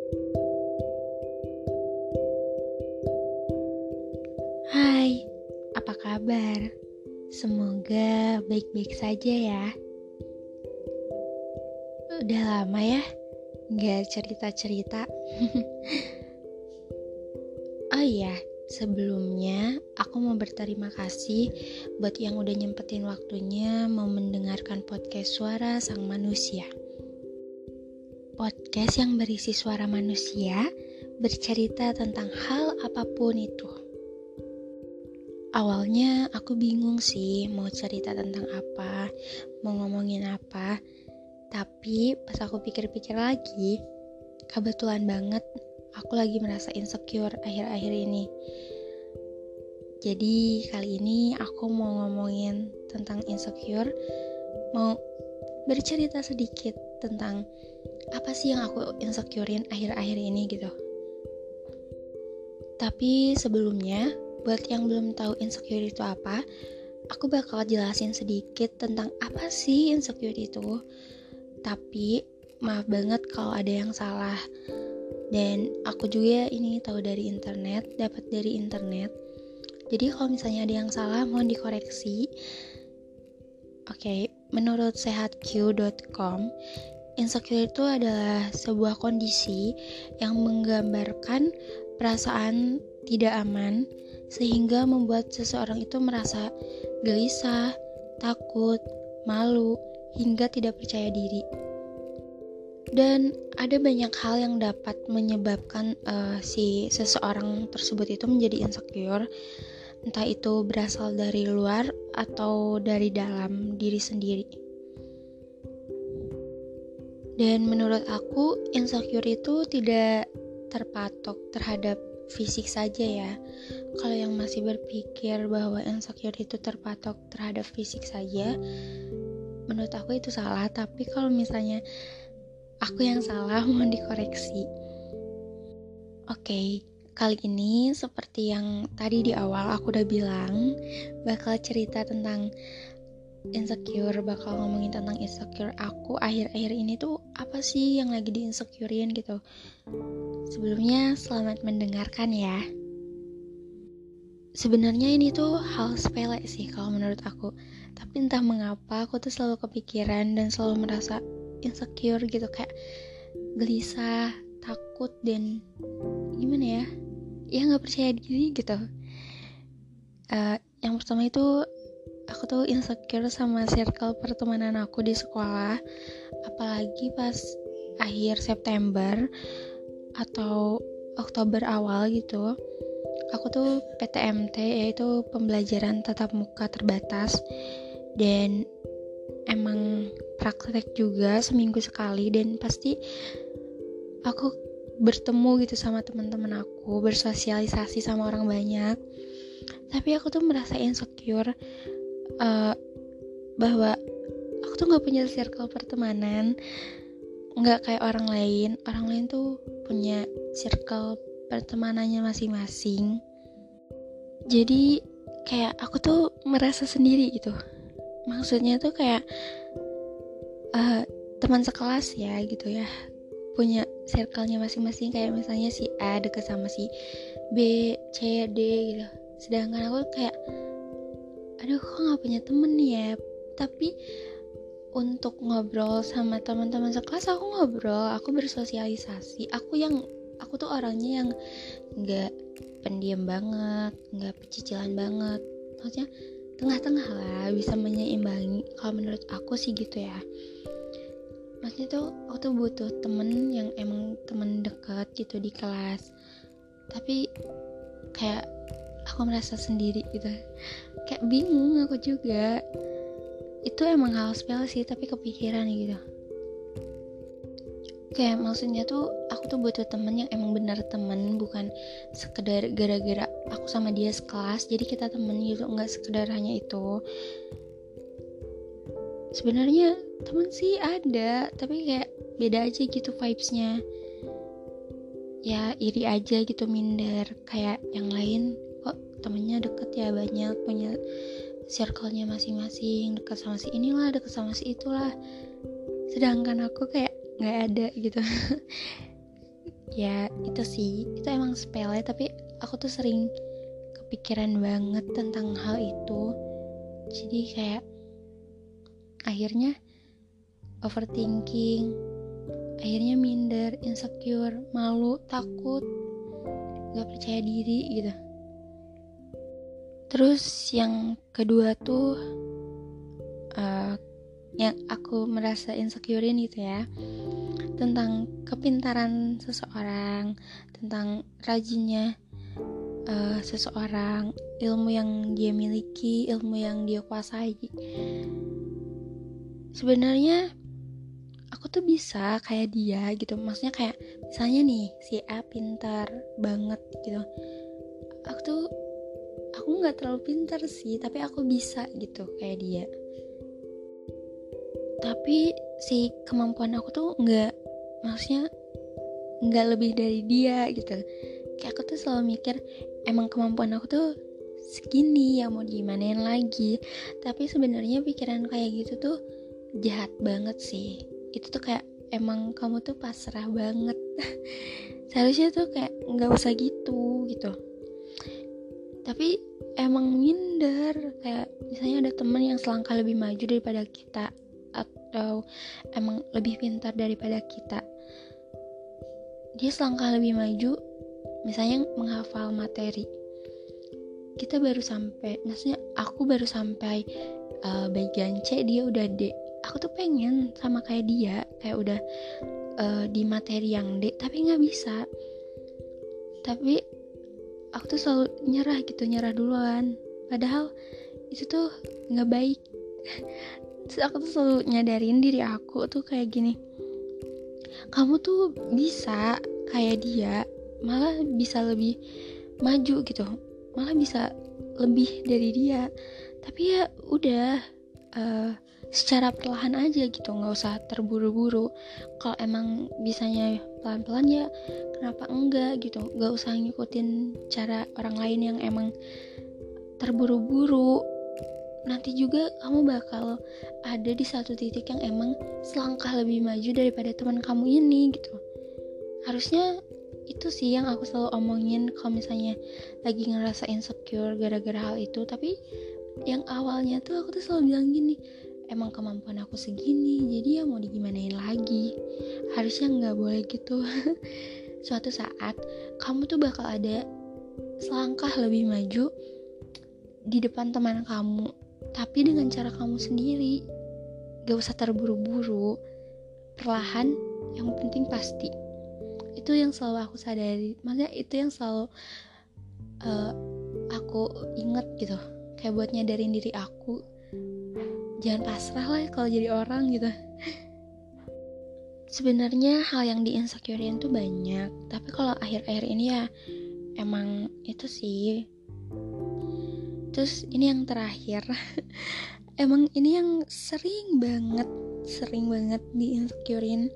Hai, apa kabar? Semoga baik-baik saja ya. Udah lama ya nggak cerita-cerita. Oh iya, sebelumnya aku mau berterima kasih buat yang udah nyempetin waktunya mau mendengarkan podcast Suara Sang Manusia. Podcast yang berisi suara manusia bercerita tentang hal apapun itu. Awalnya aku bingung sih mau cerita tentang apa, mau ngomongin apa. Tapi pas aku pikir-pikir lagi, kebetulan banget aku lagi merasa insecure akhir-akhir ini. Jadi kali ini aku mau ngomongin tentang insecure, mau bercerita sedikit tentang apa sih yang aku insecurein akhir-akhir ini gitu. Tapi sebelumnya, buat yang belum tahu insecure itu apa, aku bakal jelasin sedikit tentang apa sih insecure itu. Tapi maaf banget kalau ada yang salah. Dan aku juga ini tahu dari internet, dapat dari internet. Jadi kalau misalnya ada yang salah mohon dikoreksi. Oke, menurut sehatq.com, insecure itu adalah sebuah kondisi yang menggambarkan perasaan tidak aman sehingga membuat seseorang itu merasa gelisah, takut, malu, hingga tidak percaya diri. Dan ada banyak hal yang dapat menyebabkan si seseorang tersebut itu menjadi insecure, entah itu berasal dari luar atau dari dalam diri sendiri. Dan menurut aku, insecure itu tidak terpatok terhadap fisik saja ya. Kalau yang masih berpikir bahwa insecure itu terpatok terhadap fisik saja, menurut aku itu salah. Tapi kalau misalnya aku yang salah, mohon dikoreksi. Oke, kali ini seperti yang tadi di awal aku udah bilang, bakal cerita tentang insecure, bakal ngomongin tentang insecure aku akhir-akhir ini tuh apa sih yang lagi di-insecurein gitu. Sebelumnya selamat mendengarkan ya. Sebenarnya ini tuh hal sepele sih kalau menurut aku, tapi entah mengapa aku tuh selalu kepikiran dan selalu merasa insecure gitu, kayak gelisah, takut, dan gimana ya nggak percaya diri gitu. Yang pertama itu aku tuh insecure sama circle pertemanan aku di sekolah, apalagi pas akhir September atau Oktober awal gitu. Aku tuh PTMT, yaitu pembelajaran tatap muka terbatas, dan emang praktek juga seminggu sekali, dan pasti aku bertemu gitu sama teman-teman aku, bersosialisasi sama orang banyak. Tapi aku tuh merasa insecure bahwa aku tuh gak punya circle pertemanan, gak kayak orang lain tuh punya circle pertemanannya masing-masing. Jadi kayak aku tuh merasa sendiri gitu. Maksudnya tuh kayak teman sekelas ya gitu ya, punya circle-nya masing-masing, kayak misalnya si A deket sama si B, C, D gitu. Sedangkan aku kayak aduh kok gak punya temen ya. Tapi untuk ngobrol sama teman-teman sekelas aku ngobrol, aku bersosialisasi. Aku tuh orangnya yang gak pendiam banget, gak pecicilan banget. Maksudnya tengah-tengah lah, bisa menyeimbangi. Kalau menurut aku sih gitu ya. Maksudnya tuh aku tuh butuh temen yang emang temen dekat gitu di kelas. Tapi kayak aku merasa sendiri gitu, kayak bingung aku juga. Itu emang hal sepele sih, tapi kepikiran gitu. Kayak maksudnya tuh aku tuh butuh temen yang emang benar temen, bukan sekedar gara-gara aku sama dia sekelas jadi kita temen gitu, nggak sekedar hanya itu. Sebenarnya temen sih ada, tapi kayak beda aja gitu vibes-nya. Ya iri aja gitu, minder. Kayak yang lain kok temennya deket ya, banyak, punya circle-nya masing-masing, dekat sama si inilah, dekat sama si itulah. Sedangkan aku kayak nggak ada gitu. Ya itu sih, itu emang sepele, tapi aku tuh sering kepikiran banget tentang hal itu. Jadi kayak akhirnya overthinking, akhirnya minder, insecure, malu, takut, gak percaya diri gitu. Terus yang kedua tuh yang aku merasa insecurein gitu ya, tentang kepintaran seseorang, tentang rajinnya seseorang, ilmu yang dia miliki, ilmu yang dia kuasai. Sebenarnya aku tuh bisa kayak dia gitu, maksudnya kayak misalnya nih si A pintar banget gitu, aku nggak terlalu pintar sih, tapi aku bisa gitu kayak dia. Tapi si kemampuan aku tuh maksudnya nggak lebih dari dia gitu. Kayak aku tuh selalu mikir emang kemampuan aku tuh segini, ya mau gimanain lagi. Tapi sebenarnya pikiran kayak gitu tuh jahat banget sih. Itu tuh kayak emang kamu tuh pasrah banget. Seharusnya tuh kayak nggak usah gitu. Tapi emang minder, kayak misalnya ada teman yang selangkah lebih maju daripada kita, atau emang lebih pintar daripada kita. Dia selangkah lebih maju, misalnya menghafal materi. Kita baru sampai, maksudnya aku baru sampai bagian C, dia udah D. Aku tuh pengen sama kayak dia, kayak udah di materi yang D, tapi nggak bisa. Tapi aku tuh selalu nyerah duluan. Padahal itu tuh nggak baik. Terus aku tuh selalu nyadarin diri aku tuh kayak gini, kamu tuh bisa kayak dia, malah bisa lebih maju gitu, malah bisa lebih dari dia. Tapi ya udah, secara perlahan aja gitu, nggak usah terburu-buru. Kalau emang bisanya pelan-pelan ya kenapa enggak gitu, nggak usah ngikutin cara orang lain yang emang terburu-buru. Nanti juga kamu bakal ada di satu titik yang emang selangkah lebih maju daripada teman kamu ini gitu. Harusnya itu sih yang aku selalu omongin kalau misalnya lagi ngerasa insecure gara-gara hal itu. Tapi yang awalnya tuh aku tuh selalu bilang gini, emang kemampuan aku segini, jadi ya mau digimanain lagi. Harusnya gak boleh gitu. Suatu saat kamu tuh bakal ada selangkah lebih maju di depan teman kamu, tapi dengan cara kamu sendiri. Gak usah terburu-buru, perlahan, yang penting pasti. Itu yang selalu aku sadari, maksudnya itu yang selalu aku inget gitu, kayak buat nyadarin diri aku, jangan pasrah lah kalau jadi orang gitu. Sebenarnya hal yang di-insecurein tuh banyak, tapi kalau akhir-akhir ini ya emang itu sih. Terus ini yang terakhir emang ini yang sering banget di-insecurein.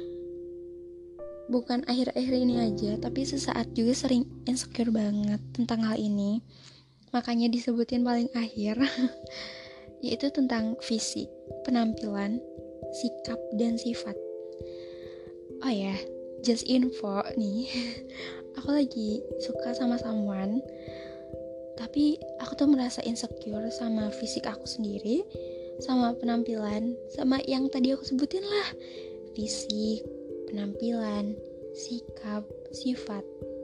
Bukan akhir-akhir ini aja, tapi sesaat juga sering insecure banget tentang hal ini. Makanya disebutin paling akhir. Yaitu tentang fisik, penampilan, sikap, dan sifat. Oh ya, just info nih. Aku lagi suka sama someone, tapi aku tuh merasa insecure sama fisik aku sendiri, sama penampilan, sama yang tadi aku sebutin lah. Fisik, penampilan, sikap, sifat.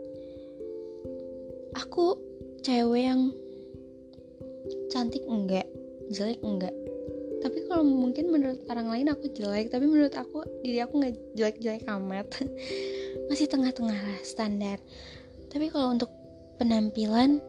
Aku cewek yang cantik enggak, jelek enggak. Tapi kalau mungkin menurut orang lain aku jelek, tapi menurut aku diri aku nggak jelek-jelek amat. Masih tengah-tengah lah, standar. Tapi kalau untuk penampilan,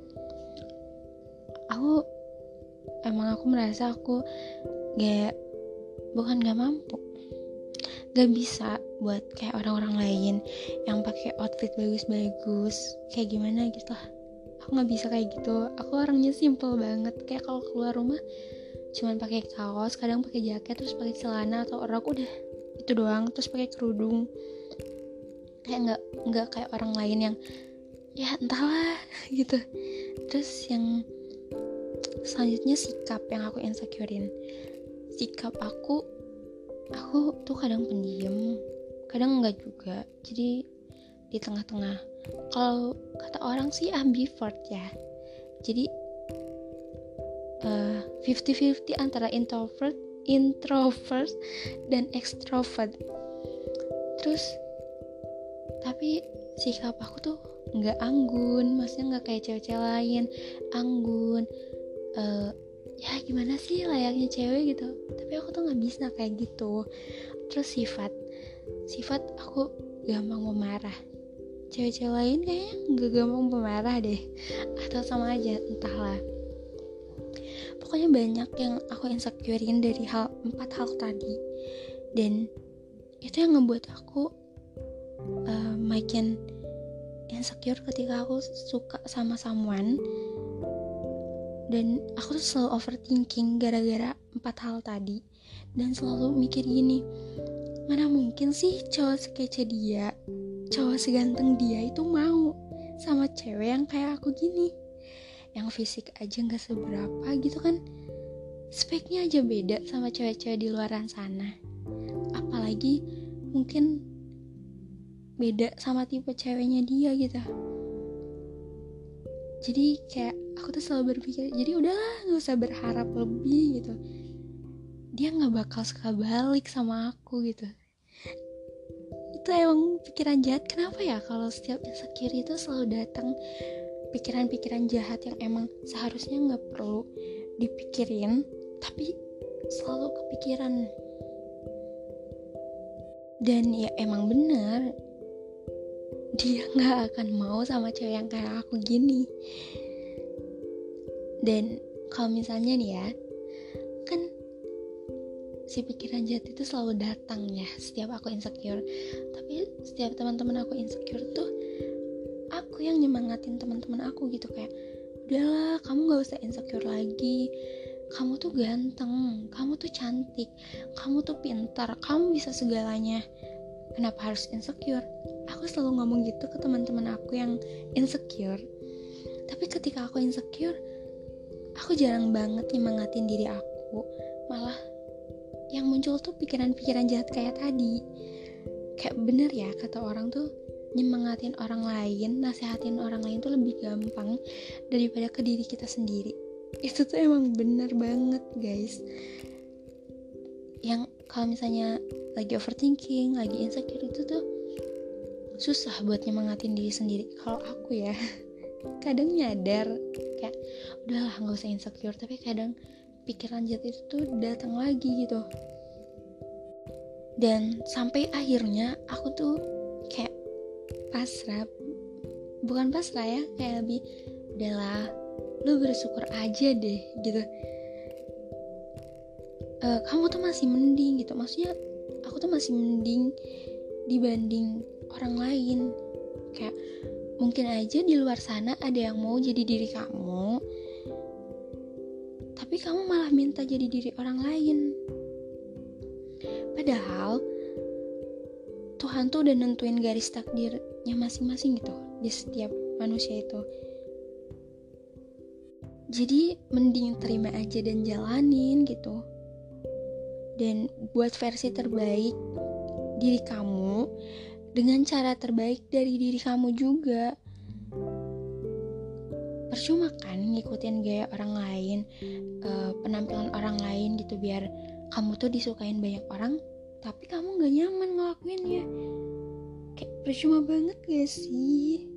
aku merasa aku bukan gak mampu, gak bisa buat kayak orang-orang lain yang pakai outfit bagus-bagus kayak gimana gitu lah. Aku nggak bisa kayak gitu. Aku orangnya simple banget, kayak kalau keluar rumah cuman pakai kaos, kadang pakai jaket, terus pakai celana atau rok, udah itu doang. Terus pakai kerudung, kayak nggak kayak orang lain yang ya entahlah gitu. Terus yang selanjutnya sikap yang aku insecurein. Sikap aku tuh kadang pendiam, kadang enggak juga. Jadi di tengah-tengah. Kalau kata orang sih ambivert ya. Jadi 50-50 antara introvert dan extrovert. Terus tapi sikap aku tuh nggak anggun, maksudnya nggak kayak cewek-cewek lain anggun. Ya gimana sih layaknya cewek gitu, tapi aku tuh nggak bisa kayak gitu. Terus sifat aku gampang pemarah. Cewek-cewek lain kayaknya nggak gampang pemarah deh, atau sama aja, entahlah. Pokoknya banyak yang aku insecurein dari 4 hal tadi, dan itu yang ngebuat aku makin insecure ketika aku suka sama someone. Dan aku tuh selalu overthinking gara-gara 4 hal tadi, dan selalu mikir gini, mana mungkin sih cowok sekece dia, cowok seganteng dia itu mau sama cewek yang kayak aku gini, yang fisik aja gak seberapa gitu kan, speknya aja beda sama cewek-cewek di luaran sana, apalagi mungkin beda sama tipe ceweknya dia gitu. Jadi kayak aku tuh selalu berpikir, jadi udahlah gak usah berharap lebih gitu, dia gak bakal suka balik sama aku gitu. Itu emang pikiran jahat. Kenapa ya kalau setiap insecure itu selalu datang pikiran-pikiran jahat yang emang seharusnya gak perlu dipikirin, tapi selalu kepikiran. Dan ya emang bener, dia gak akan mau sama cewek yang kayak aku gini. Dan kalau misalnya nih ya, kan si pikiran jahat itu selalu datang ya setiap aku insecure. Tapi setiap teman-teman aku insecure tuh, aku yang nyemangatin teman-teman aku gitu, kayak udahlah kamu gak usah insecure lagi, kamu tuh ganteng, kamu tuh cantik, kamu tuh pintar, kamu bisa segalanya, kenapa harus insecure? Aku selalu ngomong gitu ke teman-teman aku yang insecure. Tapi ketika aku insecure, aku jarang banget nyemangatin diri aku, malah yang muncul tuh pikiran-pikiran jahat kayak tadi. Kayak bener ya kata orang tuh, nyemangatin orang lain, nasehatin orang lain tuh lebih gampang daripada ke diri kita sendiri. Itu tuh emang bener banget guys. Yang kalau misalnya lagi overthinking, lagi insecure, itu tuh susah buat nyemangatin diri sendiri. Kalau aku ya kadang nyadar kayak udahlah gak usah insecure, tapi kadang pikiran jahat itu tuh datang lagi gitu. Dan sampai akhirnya aku tuh kayak pasrah, bukan pasrah ya, kayak lebih udahlah lu bersyukur aja deh gitu. Kamu tuh masih mending gitu, maksudnya aku tuh masih mending dibanding orang lain. Kayak mungkin aja di luar sana ada yang mau jadi diri kamu, tapi kamu malah minta jadi diri orang lain. Padahal Tuhan tuh udah nentuin garis takdirnya masing-masing gitu di setiap manusia itu. Jadi mending terima aja dan jalanin gitu. Dan buat versi terbaik diri kamu dengan cara terbaik dari diri kamu juga. Percuma kan ngikutin gaya orang lain, penampilan orang lain gitu biar kamu tuh disukain banyak orang, tapi kamu gak nyaman ngelakuinnya. Kayak percuma banget gak sih?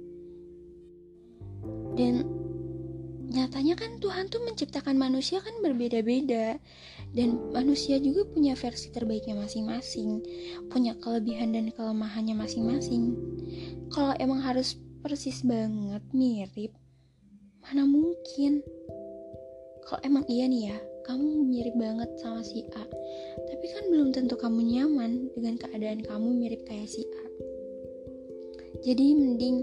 Dan nyatanya kan Tuhan tuh menciptakan manusia kan berbeda-beda, dan manusia juga punya versi terbaiknya masing-masing, punya kelebihan dan kelemahannya masing-masing. Kalau emang harus persis banget mirip, mana mungkin. Kalau emang iya nih ya, kamu mirip banget sama si A, tapi kan belum tentu kamu nyaman dengan keadaan kamu mirip kayak si A. Jadi mending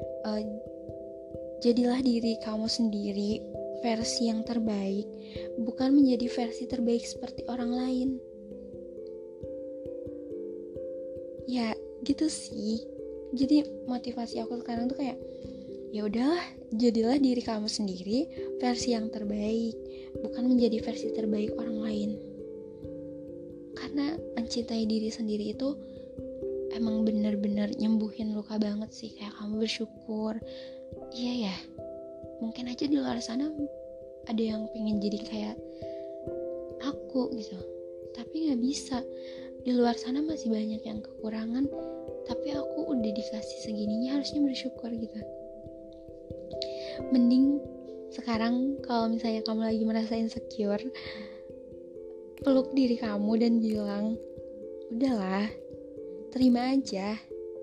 jadilah diri kamu sendiri, versi yang terbaik, bukan menjadi versi terbaik seperti orang lain. Ya gitu sih. Jadi motivasi aku sekarang tuh kayak, ya udahlah, jadilah diri kamu sendiri, versi yang terbaik, bukan menjadi versi terbaik orang lain. Karena mencintai diri sendiri itu emang bener-bener nyembuhin luka banget sih. Kayak kamu bersyukur. Iya ya, mungkin aja di luar sana ada yang pengen jadi kayak aku gitu, tapi gak bisa. Di luar sana masih banyak yang kekurangan, tapi aku udah dikasih segininya, harusnya bersyukur gitu. Mending sekarang kalau misalnya kamu lagi merasa insecure, peluk diri kamu dan bilang, udahlah, terima aja.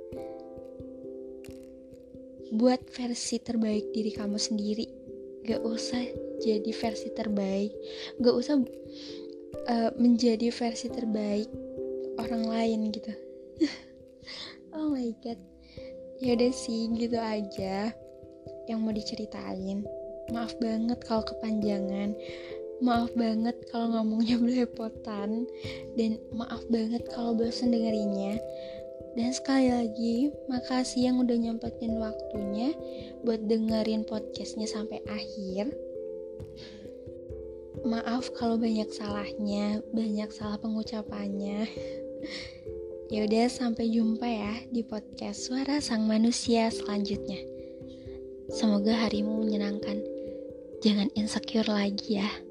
Buat versi terbaik diri kamu sendiri. Gak usah jadi versi terbaik, gak usah menjadi versi terbaik orang lain gitu. Oh my god. Yaudah sih, gitu aja yang mau diceritain. Maaf banget kalau kepanjangan, maaf banget kalau ngomongnya belepotan, dan maaf banget kalau bosan dengerinnya. Dan sekali lagi, makasih yang udah nyempetin waktunya buat dengerin podcastnya sampai akhir. Maaf kalau banyak salahnya, banyak salah pengucapannya. Yaudah, sampai jumpa ya di podcast Suara Sang Manusia selanjutnya. Semoga harimu menyenangkan. Jangan insecure lagi ya.